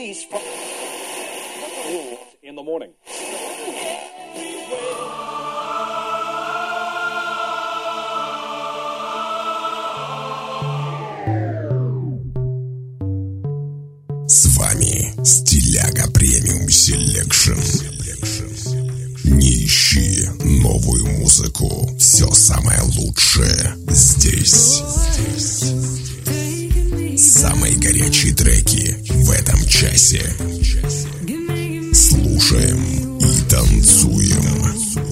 release from in the morning. С вами Стиляга Премиум Селекшн. Не ищи новую музыку. Все самое лучшее здесь. Самые горячие треки в этом часе. Слушаем и танцуем.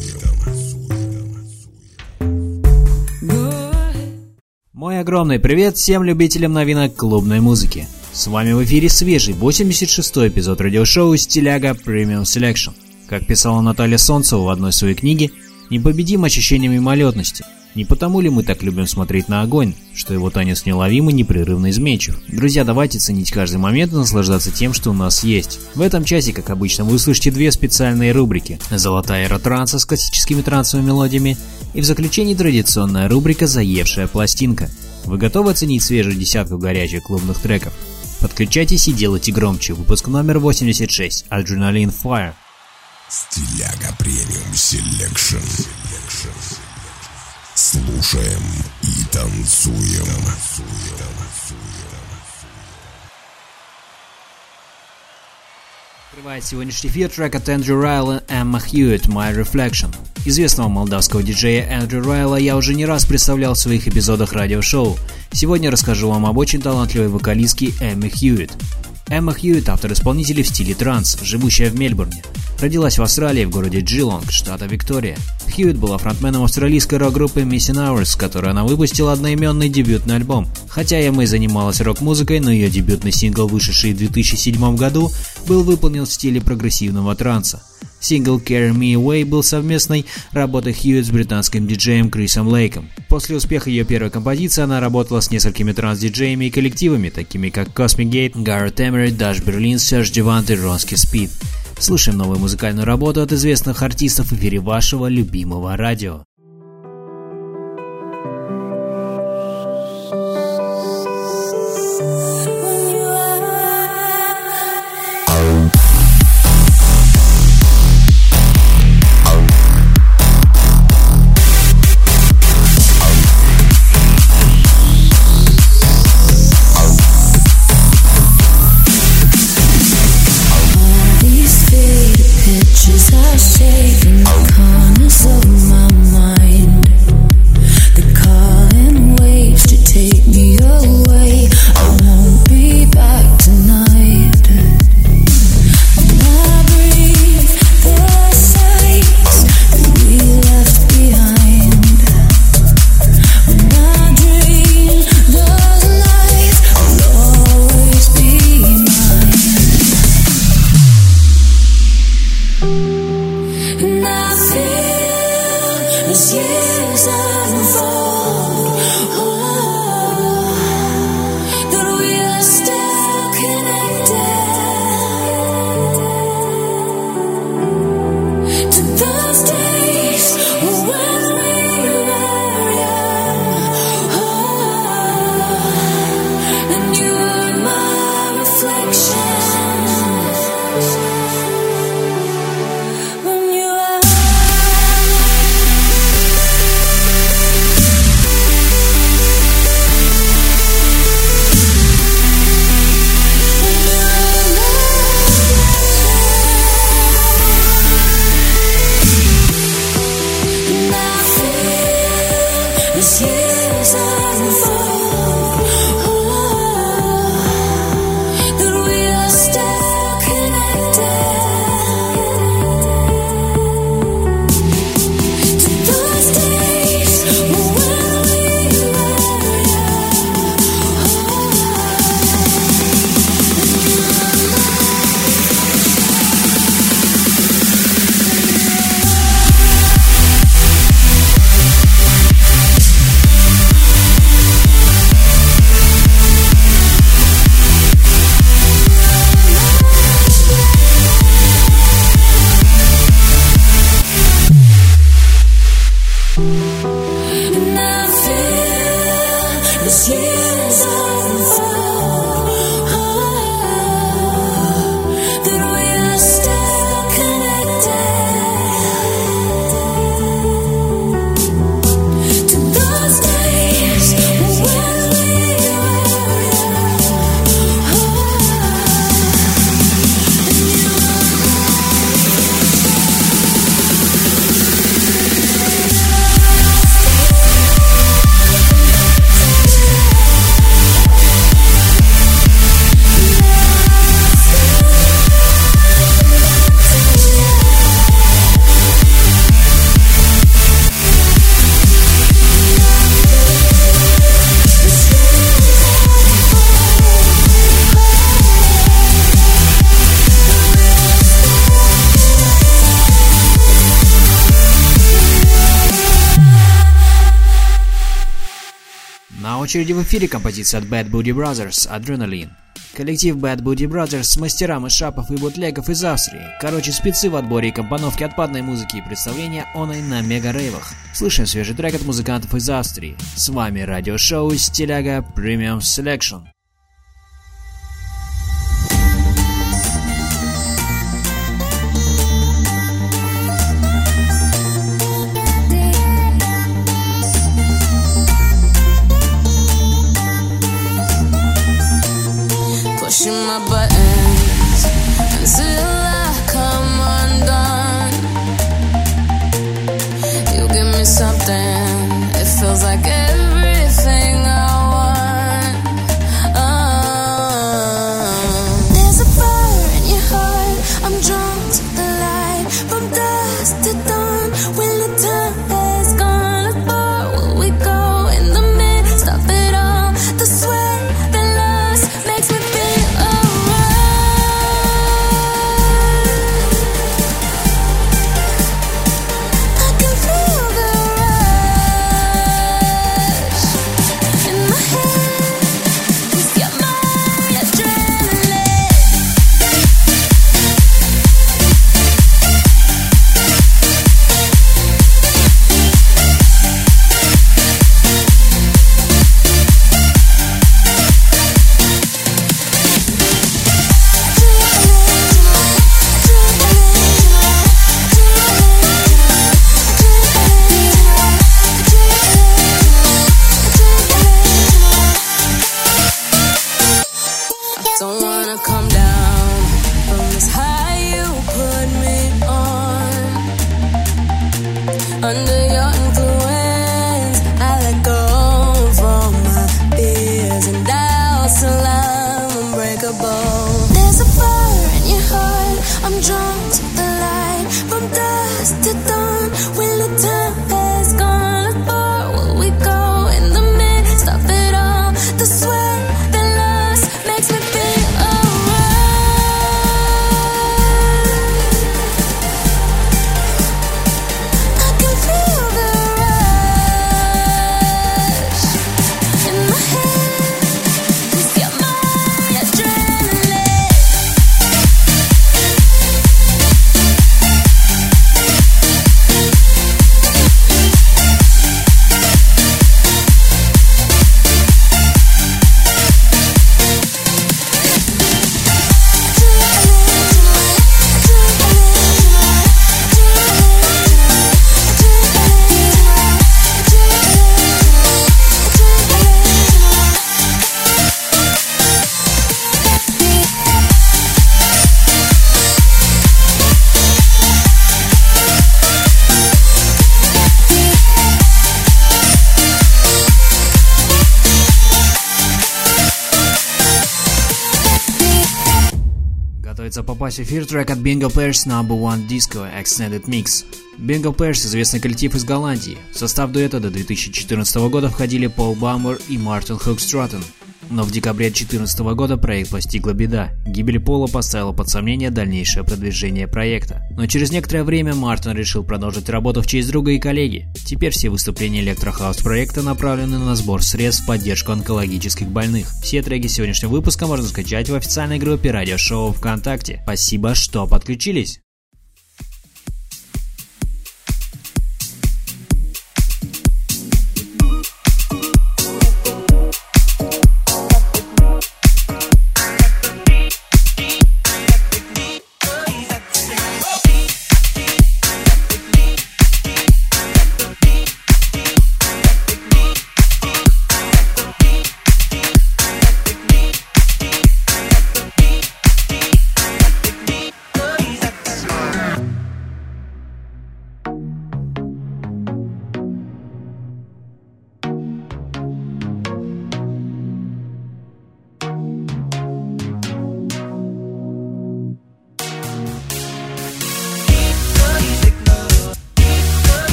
Мой огромный привет всем любителям новинок клубной музыки. С вами в эфире свежий 86-й эпизод радиошоу «Стиляга Премиум Селекшн». Как писала Наталья Солнцева в одной своей книге, непобедим ощущение мимолетности. Не потому ли мы так любим смотреть на огонь, что его танец неуловимо непрерывно изменчив? Друзья, давайте ценить каждый момент и наслаждаться тем, что у нас есть. В этом часе, как обычно, вы услышите две специальные рубрики: «Золотая эра транса» с классическими трансовыми мелодиями и в заключении традиционная рубрика «Заевшая пластинка». Вы готовы оценить свежую десятку горячих клубных треков? Подключайтесь и делайте громче. Выпуск номер 86. Adrenaline Fire. Стиляга Премиум Селекшн. Слушаем и танцуем. Открывает сегодняшний эфир трек от Эндрю Райла и Эмма Хьюитт «My Reflection». Известного молдавского диджея Эндрю Райла я уже не раз представлял в своих эпизодах радиошоу. Сегодня расскажу вам об очень талантливой вокалистке Эмме Хьюитт. Эмма Хьюитт – автор-исполнитель в стиле транс, живущая в Мельбурне. Родилась в Австралии в городе Джилонг, штата Виктория. Хьюитт была фронтменом австралийской рок-группы Missing Hours, с которой она выпустила одноименный дебютный альбом. Хотя Эмма и занималась рок-музыкой, но ее дебютный сингл, вышедший в 2007 году, был выполнен в стиле прогрессивного транса. Сингл «Carry Me Away» был совместной работой Хьюитт с британским диджеем Крисом Лейком. После успеха ее первой композиции она работала с несколькими транс-диджеями и коллективами, такими как Cosmic Gate, Garrett Emery, Dash Berlin, Serge Devant и Ronski Speed. Слушаем новую музыкальную работу от известных артистов в эфире вашего любимого радио. Saving the corners of my mind. They're calling waves to take me away. I won't be back tonight. When I breathe the sights that we left behind. When I dream those nights will always be mine. And I feel as years unfold, that we are still connected to those days when we were young, and you were my reflection. As years unfold, that we are still connected to those days when we were young. And I feel as years unfold, На очереди в эфире композиция от Bad Booty Brothers «Adrenaline». Коллектив Bad Booty Brothers – мастера мышапов и бутлегов из Австрии. Короче, спецы в отборе и компоновке отпадной музыки и представления оной на мега-рейвах. Слышим свежий трек от музыкантов из Австрии. С вами радиошоу Стиляга Premium Selection. Pushing my buttons until I come undone. You give me something, it feels like everything I want. There's a fire in your heart, I'm drawn to the light. From dusk to dawn, when the time has gone, as far will we go in the midst of it all? The sweat, the lust makes me feel alright. I can feel the rush in my head. It's got my adrenaline. I don't wanna come down from this high you put me on. Under your influence, I let go from my fears and doubts till I'm unbreakable. There's a fire in your heart, I'm drawn to the light. From dusk to dawn, when the time has gone, as far will we go in the midst of it all? The sweat, the lust makes me feel alright. I can feel the rush in my head. It's got my adrenaline. Готовится попасть в эфир трек от Bingo Players No. 1 Disco Extended Mix. Bingo Players – известный коллектив из Голландии. В состав дуэта до 2014 года входили Пол Баммер и Мартин Хокстраттен. Но в декабре 2014 года проект постигла беда. Гибель Пола поставила под сомнение дальнейшее продвижение проекта. Но через некоторое время Мартин решил продолжить работу в честь друга и коллеги. Теперь все выступления электрохаус проекта направлены на сбор средств в поддержку онкологических больных. Все треки сегодняшнего выпуска можно скачать в официальной группе радиошоу ВКонтакте. Спасибо, что подключились!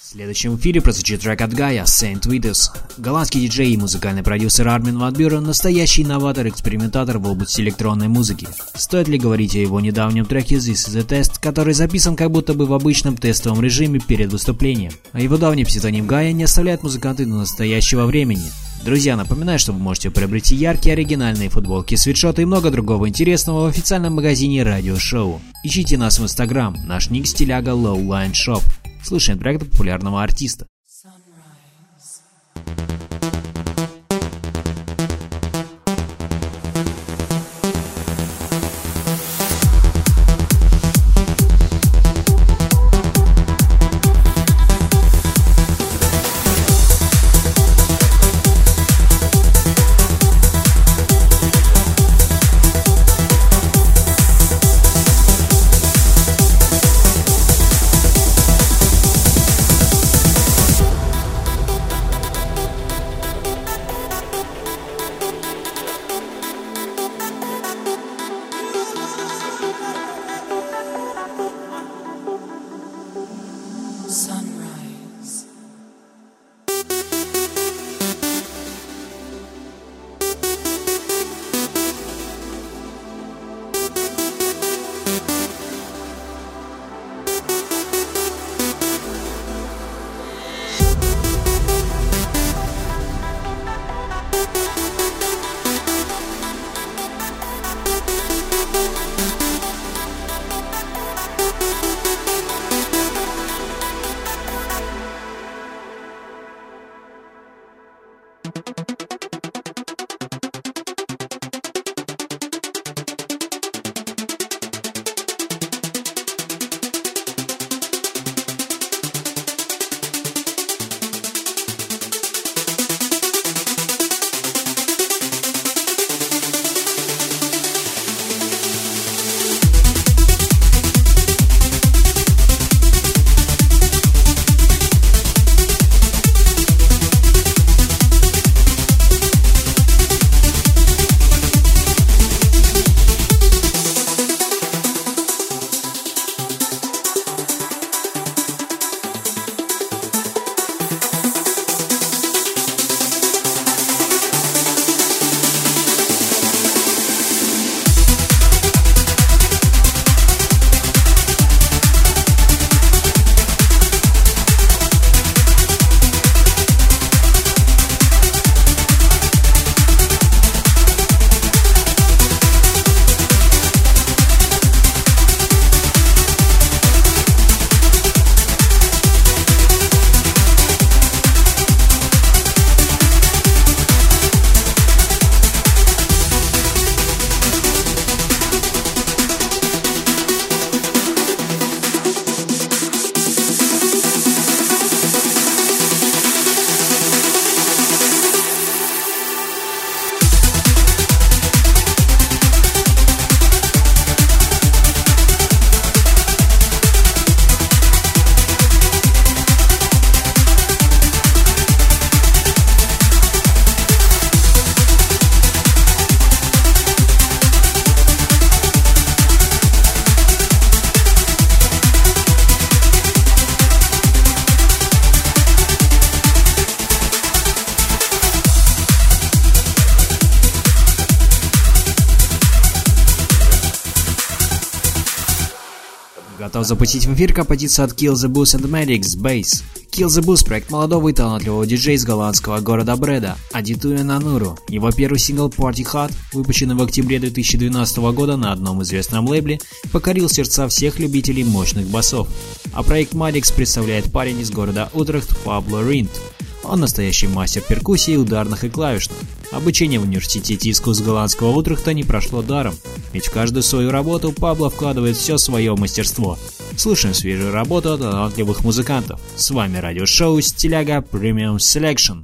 В следующем эфире прозвучит трек от Гая «Saint Vitus». Голландский диджей и музыкальный продюсер Армин ван Бюрен – настоящий инноватор-экспериментатор в области электронной музыки. Стоит ли говорить о его недавнем треке «This is a Test», который записан как будто бы в обычном тестовом режиме перед выступлением. А его давний псевдоним Гая не оставляет музыканта до настоящего времени. Друзья, напоминаю, что вы можете приобрести яркие оригинальные футболки, свитшоты и много другого интересного в официальном магазине радиошоу. Ищите нас в Instagram, наш ник стиляга Lowline Shop. Слушаем трек популярного артиста. Готов запустить в эфир композицию от Kill the Boost and Maddox Bass. Kill the Boost — проект молодого и талантливого диджея из голландского города Бреда, Адитуя Нануру. Его первый сингл Party Hard, выпущенный в октябре 2012 года на одном известном лейбле, покорил сердца всех любителей мощных басов. А проект Maddox представляет парень из города Утрехт Пабло Ринд. Он настоящий мастер перкуссии, ударных и клавишных. Обучение в университете искусств голландского Утрехта не прошло даром, ведь в каждую свою работу Пабло вкладывает все свое мастерство. Слушаем свежую работу от талантливых музыкантов. С вами радиошоу Стиляга Premium Selection.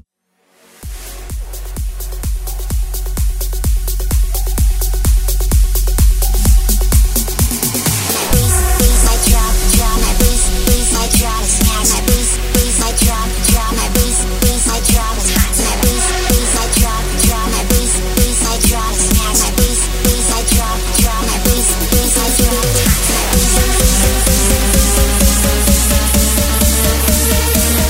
We'll be right back.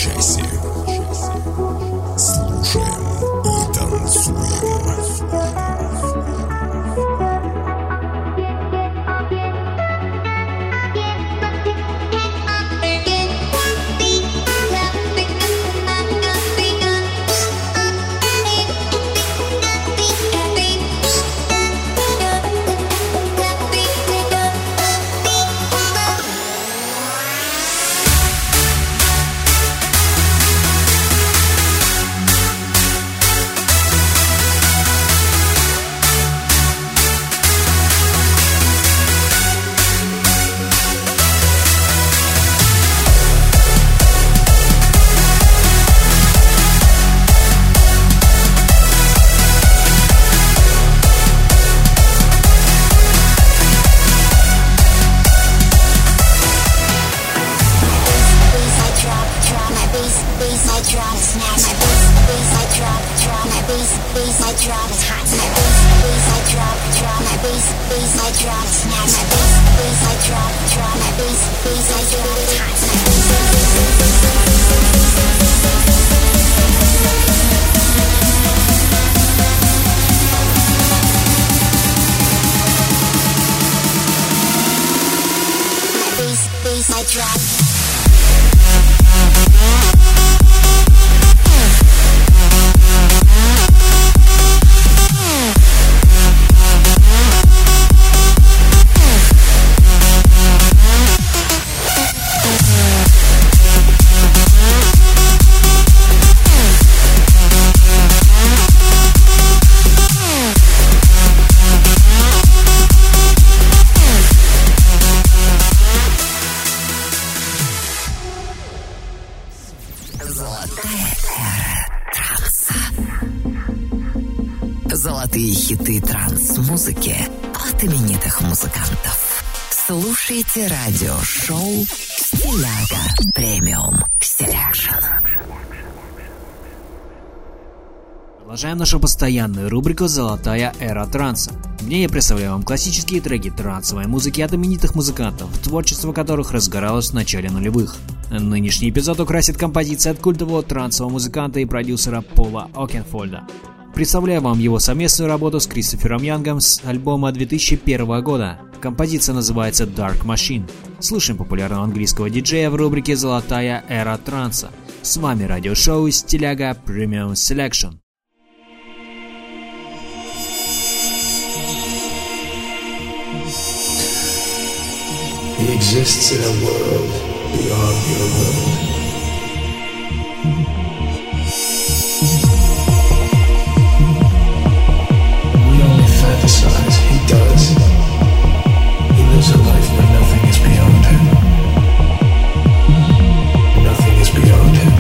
часе. Слушаем и танцуем. Золотые хиты транс-музыки от именитых музыкантов. Слушайте радиошоу «Стиляга Премиум Селекшн». Продолжаем нашу постоянную рубрику «Золотая эра транса». В ней я представляю вам классические треки трансовой музыки от именитых музыкантов, творчество которых разгоралось в начале нулевых. Нынешний эпизод украсит композиция от культового трансового музыканта и продюсера Пола Окенфольда. Представляю вам его совместную работу с Кристофером Янгом с альбома 2001 года. Композиция называется Dark Machine. Слушаем популярного английского диджея в рубрике «Золотая эра транса». С вами радиошоу «Стиляга Премиум Селекшн». He exists in a world beyond your world. We only fantasize, he does. He lives a life where nothing is beyond him. Nothing is beyond him.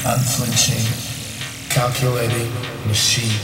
unflinching, calculating machine.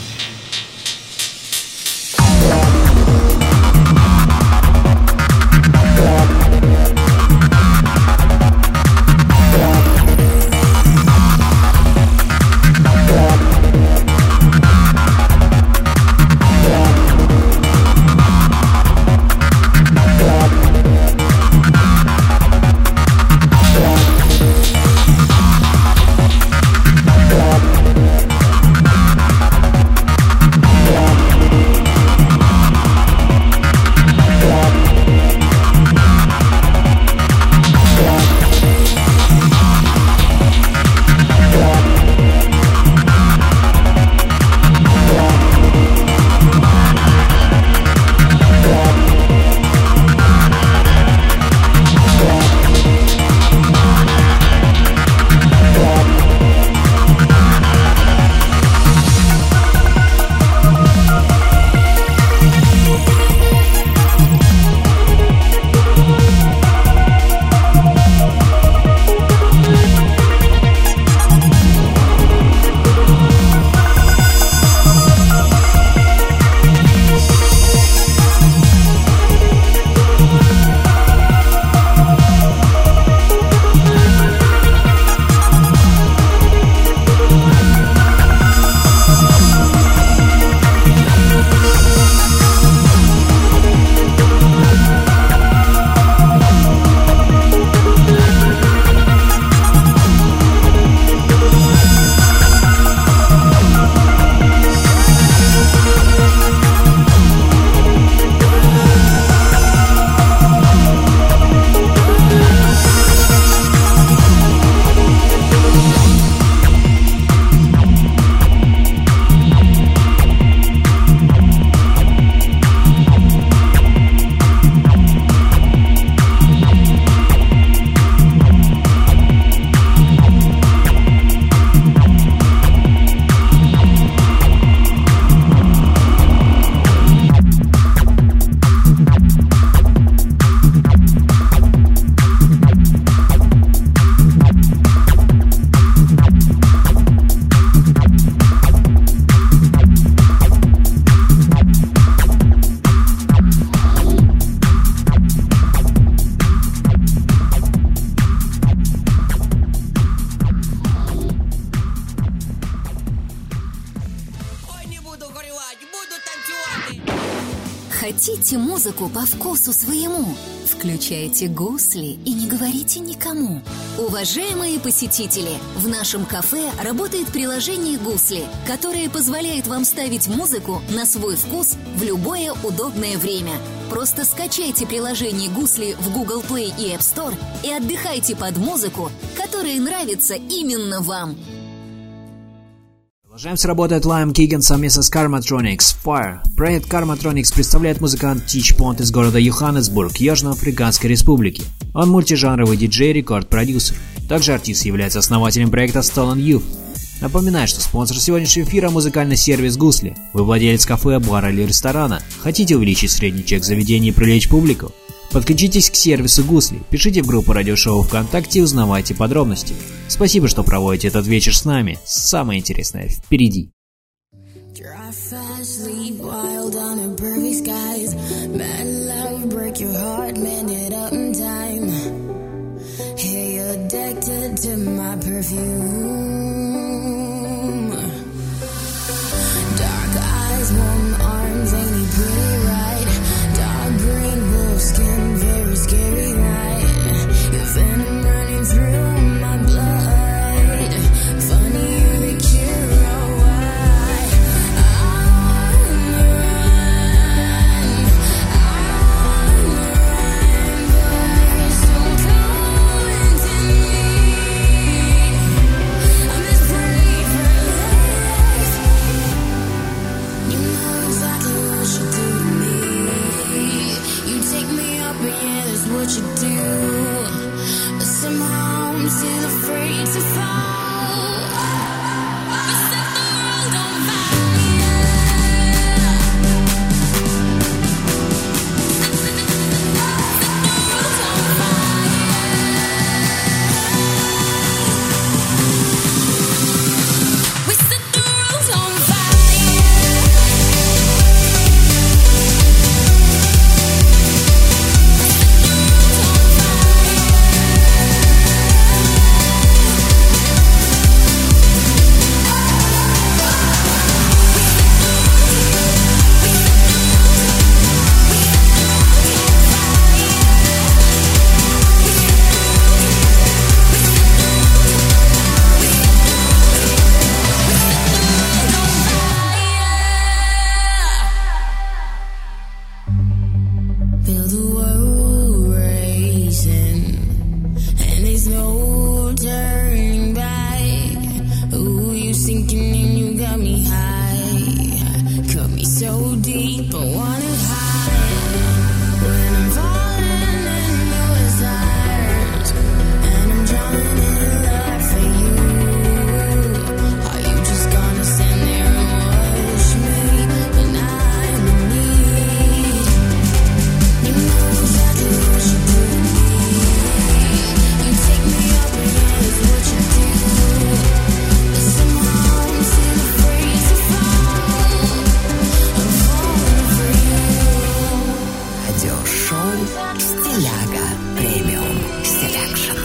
Хотите музыку по вкусу своему? Включайте гусли и не говорите никому. Уважаемые посетители, в нашем кафе работает приложение «Гусли», которое позволяет вам ставить музыку на свой вкус в любое удобное время. Просто скачайте приложение «Гусли» в Google Play и App Store и отдыхайте под музыку, которая нравится именно вам. Продолжаем работать Liam Keegan совместно с Karmatronics Fire. Проект Karmatronics представляет музыкант Тич Понт из города Йоханнесбург, Южноафриканской Республики. Он мультижанровый диджей и рекорд-продюсер. Также артист является основателем проекта Stolen Youth. Напоминаю, что спонсор сегодняшнего эфира – музыкальный сервис «Гусли». Вы владелец кафе, бара или ресторана? Хотите увеличить средний чек заведения и привлечь публику? Подключитесь к сервису «Гусли», пишите в группу радиошоу ВКонтакте и узнавайте подробности. Спасибо, что проводите этот вечер с нами. Самое интересное впереди. Skin very scary night. Your venom running through my blood. Funny you the cure why I'm on the run, but feel the world racing, and there's no turning back. Ooh, you sinking and you got me high, cut me so deep, I wanna hide. When I'm falling in your desires, and I'm drowning in love for you, are you just gonna stand there and watch me when I'm in need? You know exactly what you do to me. You take me up and it's what you do. But somehow I'm still afraid to fall. I'm falling for you. Радиошоу «Стиляга Премиум Селекшн».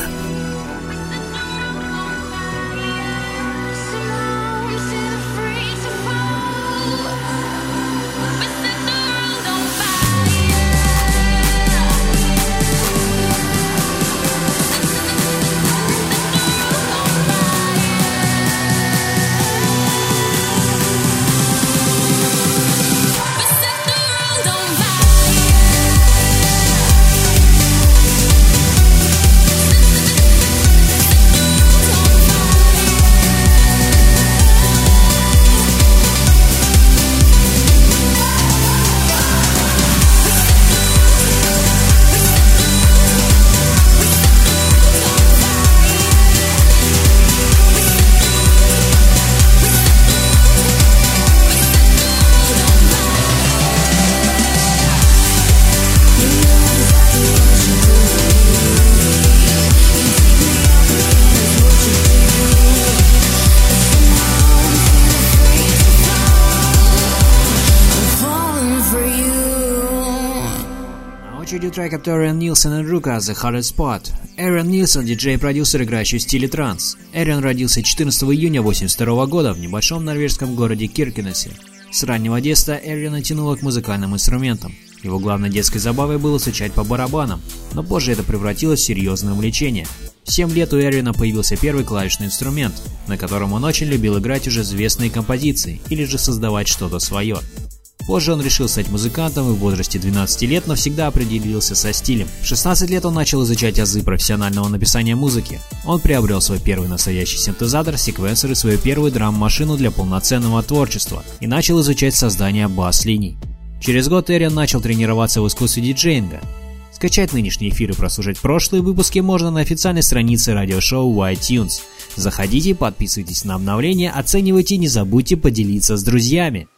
Трек от Эриан Нилсон и Рука «The Hardest Spot». Эриан Нилсон – диджей и продюсер, играющий в стиле транс. Эриан родился 14 июня 1982 года в небольшом норвежском городе Киркенесе. С раннего детства Эриана тянуло к музыкальным инструментам. Его главной детской забавой было стучать по барабанам, но позже это превратилось в серьезное увлечение. В 7 лет у Эриана появился первый клавишный инструмент, на котором он очень любил играть уже известные композиции или же создавать что-то свое. Позже он решил стать музыкантом и в возрасте 12 лет навсегда определился со стилем. В 16 лет он начал изучать азы профессионального написания музыки. Он приобрел свой первый настоящий синтезатор, секвенсор и свою первую драм-машину для полноценного творчества и начал изучать создание бас-линий. Через год Эриан начал тренироваться в искусстве диджеинга. Скачать нынешние эфиры и прослушать прошлые выпуски можно на официальной странице радиошоу в iTunes. Заходите, подписывайтесь на обновления, оценивайте и не забудьте поделиться с друзьями.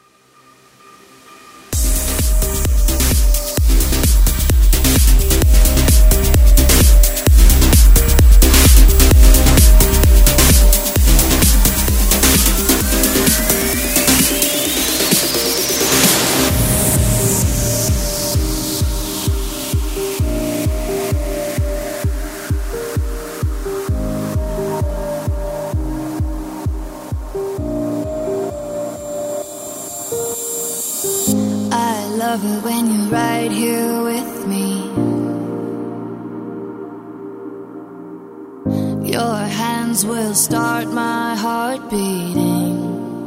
Love it when you're right here with me. Your hands will start my heart beating.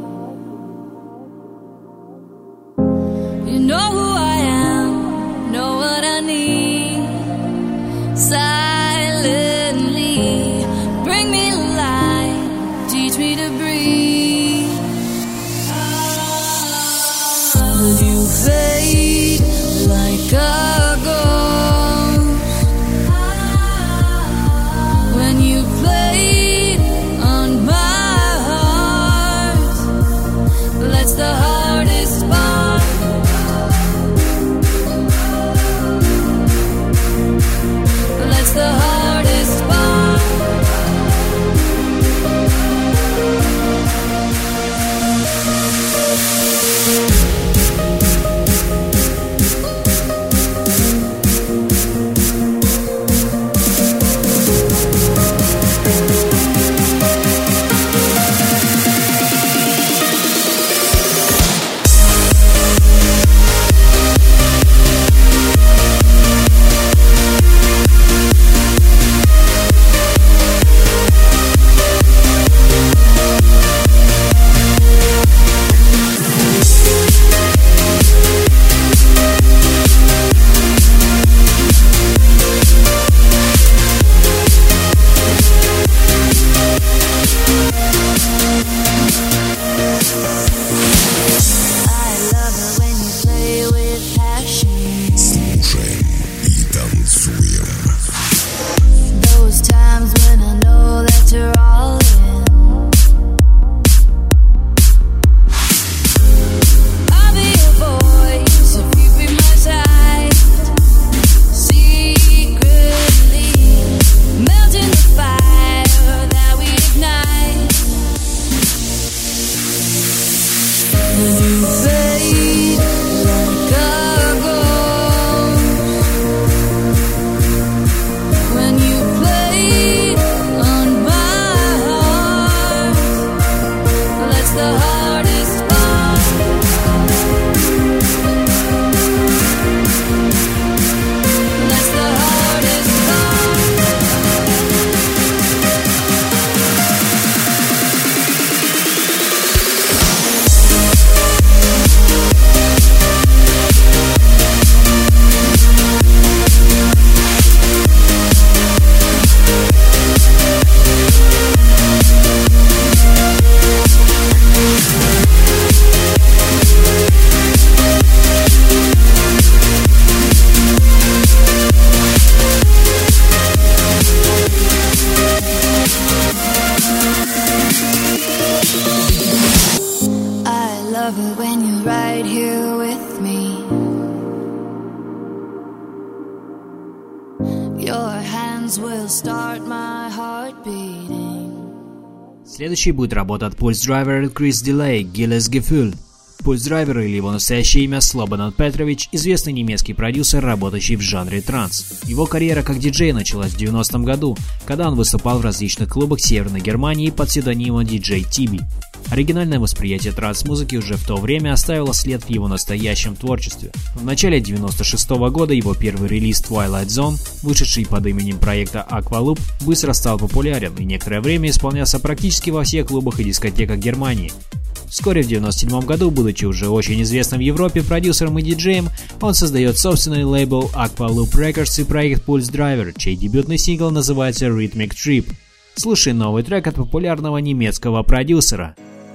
You know who I am, know what I need. Silently bring me life, teach me to breathe. But you fade like a ghost when you play on my heart. drums will start my heart beating. Следующей будет работа от Pulse Driver и Chris Delay «Gilles Gefühl». Pulse Driver, или его настоящее имя Слободан Петрович, известный немецкий продюсер, работающий в жанре транс. Его карьера как диджей началась в 90-м году, когда он выступал в различных клубах Северной Германии под псевдонимом DJ Tibi. Оригинальное восприятие транс-музыки уже в то время оставило след в его настоящем творчестве. В начале 96-го года его первый релиз Twilight Zone, вышедший под именем проекта Aqualoop, быстро стал популярен и некоторое время исполнялся практически во всех клубах и дискотеках Германии. Вскоре в 1997 году, будучи уже очень известным в Европе продюсером и диджеем, он создает собственный лейбл Aqualoop Records и проект Pulse Driver, чей дебютный сингл называется Rhythmic Trip. Слушай новый трек от популярного немецкого продюсера.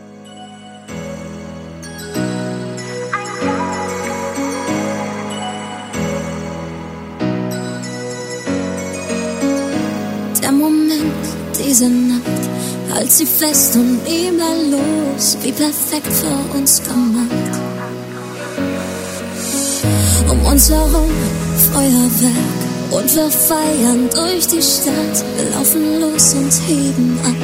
Der Moment, diese Nacht, halt sie fest und nimm da los, wie perfekt für uns gemacht. Um uns herum Feuerwerk und wir feiern durch die Stadt. Wir laufen los und heben ab.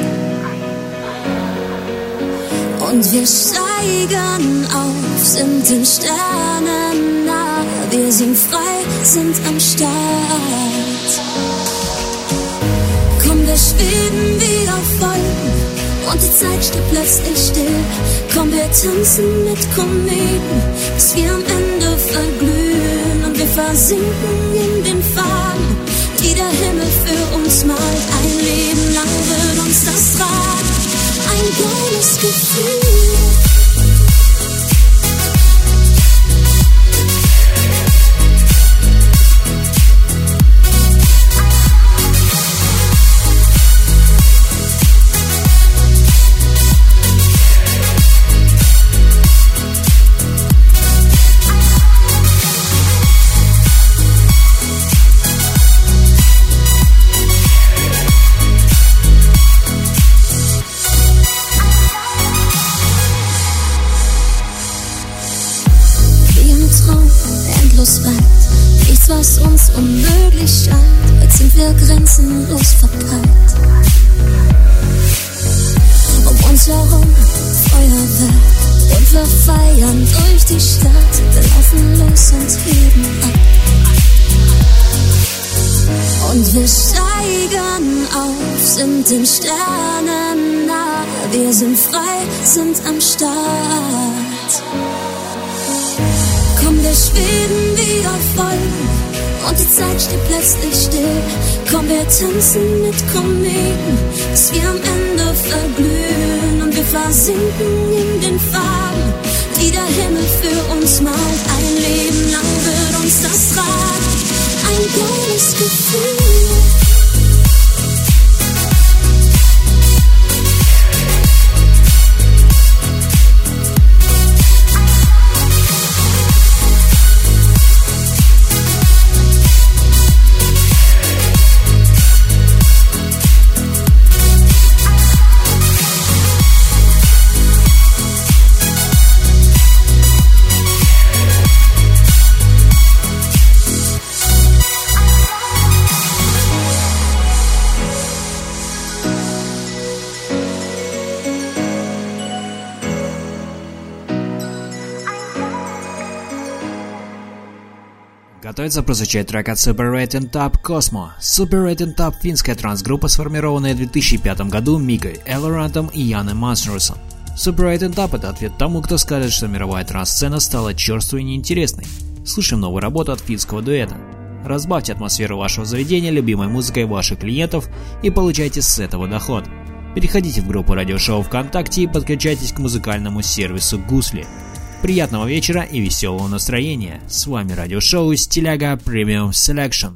Und wir steigen auf, sind den Sternen nah. Wir sind frei, sind am Start. Komm, wir schweben wie auf Wolken und die Zeit steht plötzlich still. Komm, wir tanzen mit Kometen, bis wir am Ende verglühen. Und wir versinken in den Farben, die der Himmel für uns malt. Ein Leben lang wird uns das tragen, ein geiles Gefühl. Nichts, was uns unmöglich scheint, jetzt sind wir grenzenlos verteilt. Um uns herum Feuerwerk und wir feiern durch die Stadt. Wir laufen los und heben ab. Und wir steigen auf, sind den Sternen nah. Wir sind frei, sind am Start. Komm, wir schweben wie auf Wolken und die Zeit steht plötzlich still. Komm, wir tanzen mit Kometen, bis wir am Ende verglühen. Und wir versinken in den Farben, die der Himmel für uns malt. Ein Leben lang wird uns das tragen, ein geiles Gefühl. Готовится прозвучать трек от Super Rating Top Cosmo. Super Rating Top – финская транс-группа, сформированная в 2005 году Мигой Элорантом и Яном Маснерсом. Super Rating Top – это ответ тому, кто скажет, что мировая транс-сцена стала черствой и неинтересной. Слушаем новую работу от финского дуэта. Разбавьте атмосферу вашего заведения любимой музыкой ваших клиентов и получайте с этого доход. Переходите в группу радиошоу ВКонтакте и подключайтесь к музыкальному сервису Гусли. Приятного вечера и веселого настроения. С вами радиошоу Стиляга Premium Selection.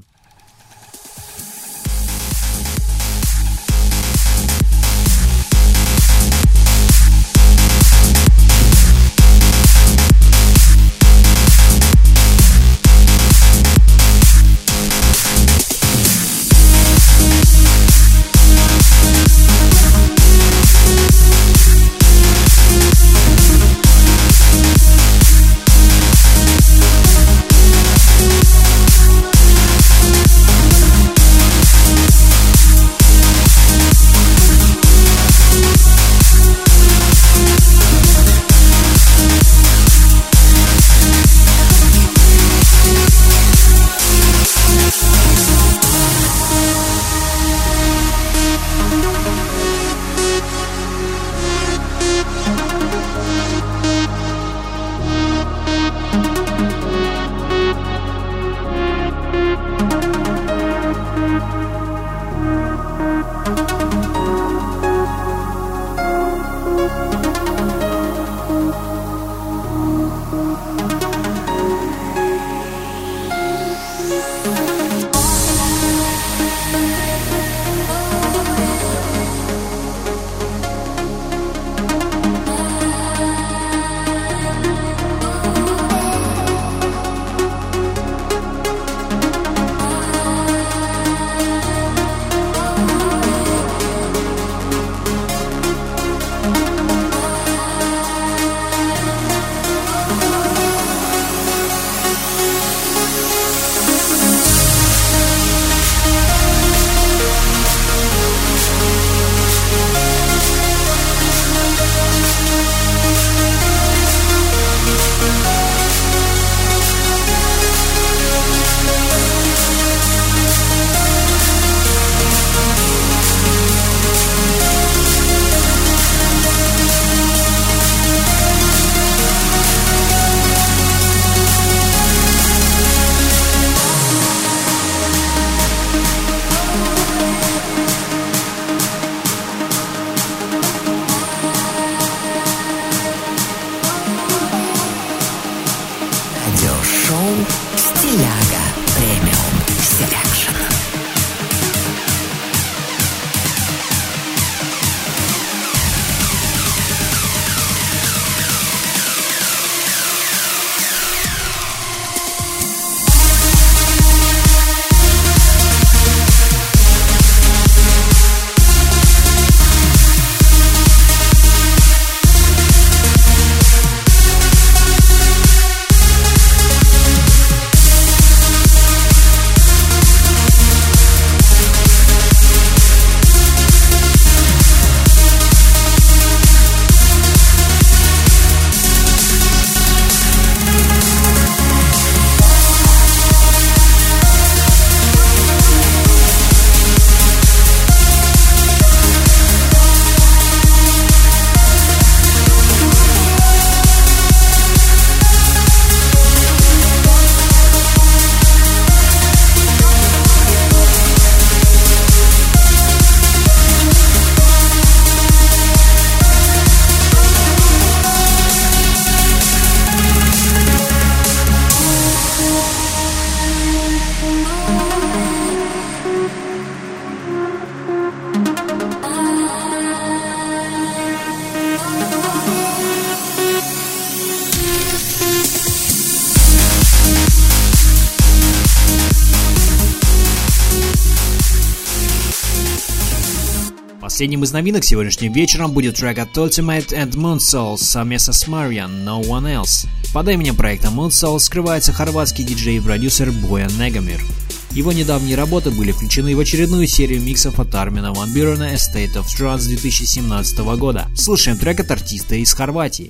Последним из новинок сегодняшним вечером будет трек от Ultimate and Moonsouls совместно с Marian No One Else. Под именем проекта Moonsouls скрывается хорватский диджей и продюсер Боян Негамир. Его недавние работы были включены в очередную серию миксов от Армина Ван Бюрена A State of Trance 2017 года. Слушаем трек от артиста из Хорватии.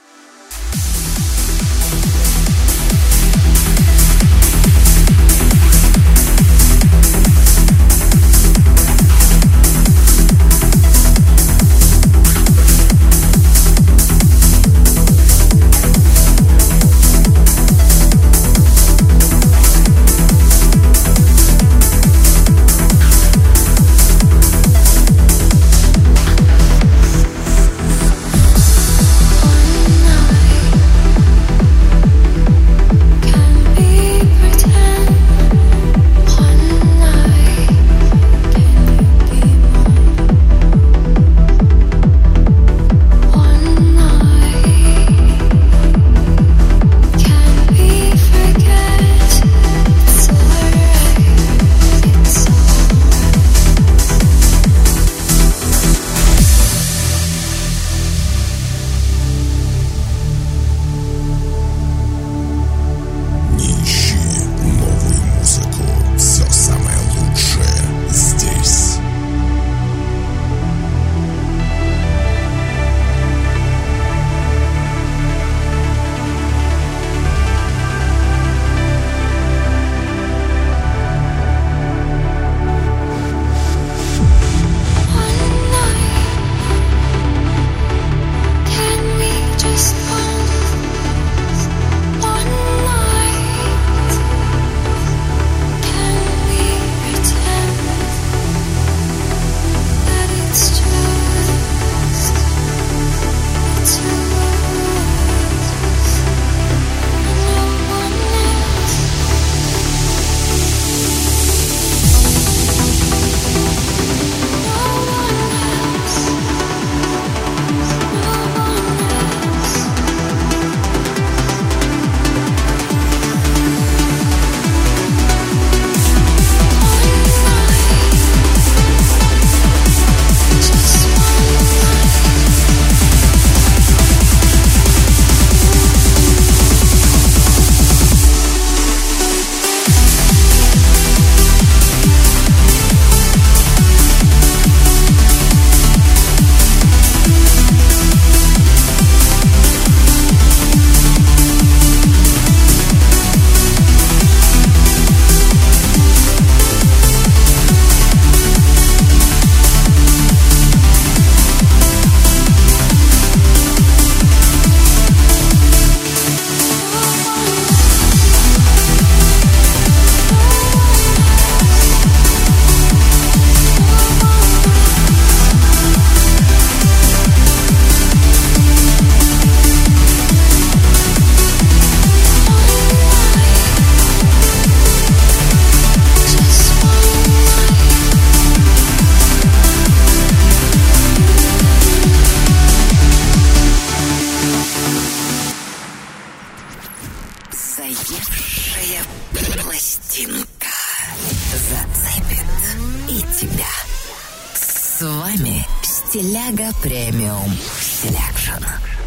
С вами Стиляга Премиум Селекшн.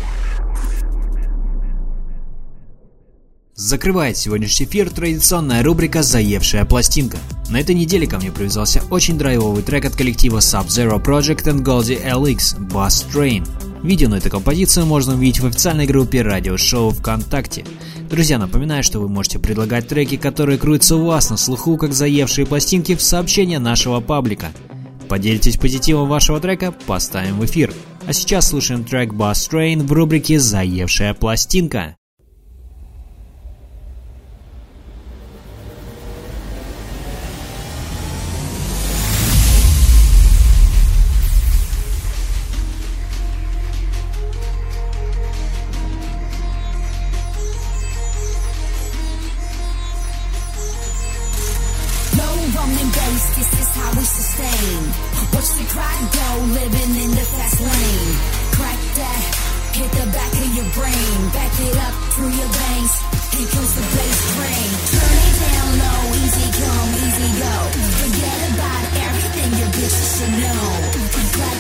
Закрывает сегодняшний эфир традиционная рубрика «Заевшая пластинка». На этой неделе ко мне привязался очень драйвовый трек от коллектива Sub-Zero Project and Goldie LX Bus Train. Видео на эту композицию можно увидеть в официальной группе радиошоу ВКонтакте. Друзья, напоминаю, что вы можете предлагать треки, которые крутятся у вас на слуху, как заевшие пластинки, в сообщения нашего паблика. Поделитесь позитивом вашего трека, поставим в эфир. А сейчас слушаем трек Bus Train в рубрике «Заевшая пластинка». Watch the crowd go, living in the fast lane. Crack that, hit the back of your brain. Back it up through your veins. Here comes the bass train. Turn it down low, easy come, easy go. Forget about everything your bitches should know.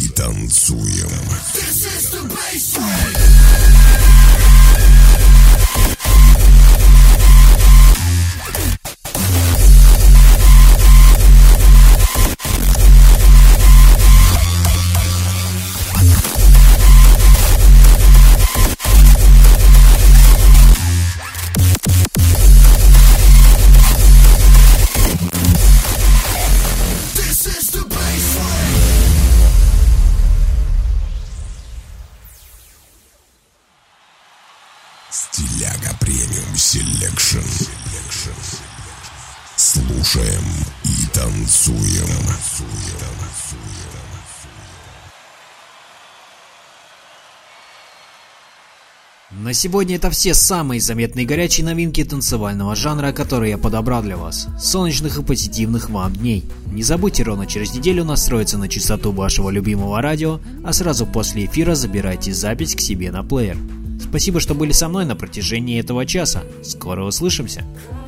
и танцуем. Стиляга премиум селекшн. Слушаем и танцуем. На сегодня это все самые заметные и горячие новинки танцевального жанра, которые я подобрал для вас. Солнечных и позитивных вам дней. Не забудьте ровно через неделю настроиться на частоту вашего любимого радио, а сразу после эфира забирайте запись к себе на плеер. Спасибо, что были со мной на протяжении этого часа. Скоро услышимся.